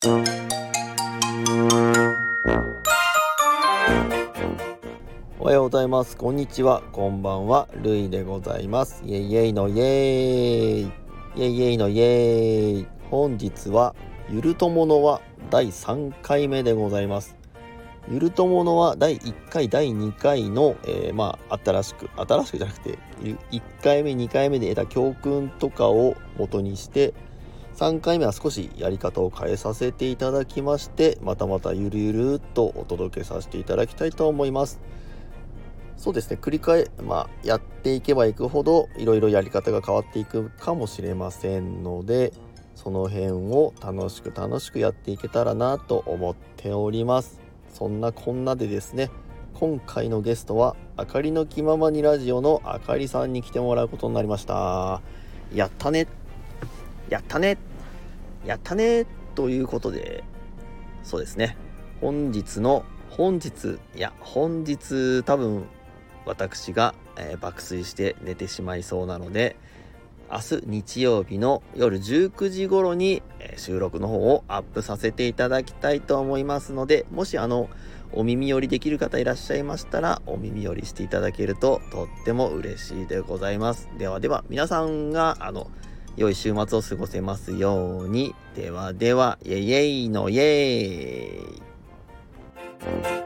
おはようございます。こんにちは。こんばんは。ルイでございます。イエイイエイのイエーイ。イエイイエイのイエーイ。本日はゆるとものは第3回目でございます。ゆるとものは第1回第2回の、新しくじゃなくて1回目2回目で得た教訓とかを元にして3回目は少しやり方を変えさせていただきまして、またゆるゆるっとお届けさせていただきたいと思います。そうですね、繰り返やっていけばいくほどいろいろやり方が変わっていくかもしれませんので、その辺を楽しくやっていけたらなと思っております。そんなこんなでですね、今回のゲストはあかりの気ままにラジオのあかりさんに来てもらうことになりました。やったねということで、そうですね、本日多分私が、爆睡して寝てしまいそうなので、明日日曜日の夜19時頃に、収録の方をアップさせていただきたいと思いますので、もしお耳寄りできる方いらっしゃいましたら、お耳寄りしていただけるととっても嬉しいでございます。では皆さんが良い週末を過ごせますように。ではイエイイエイのイエーイ。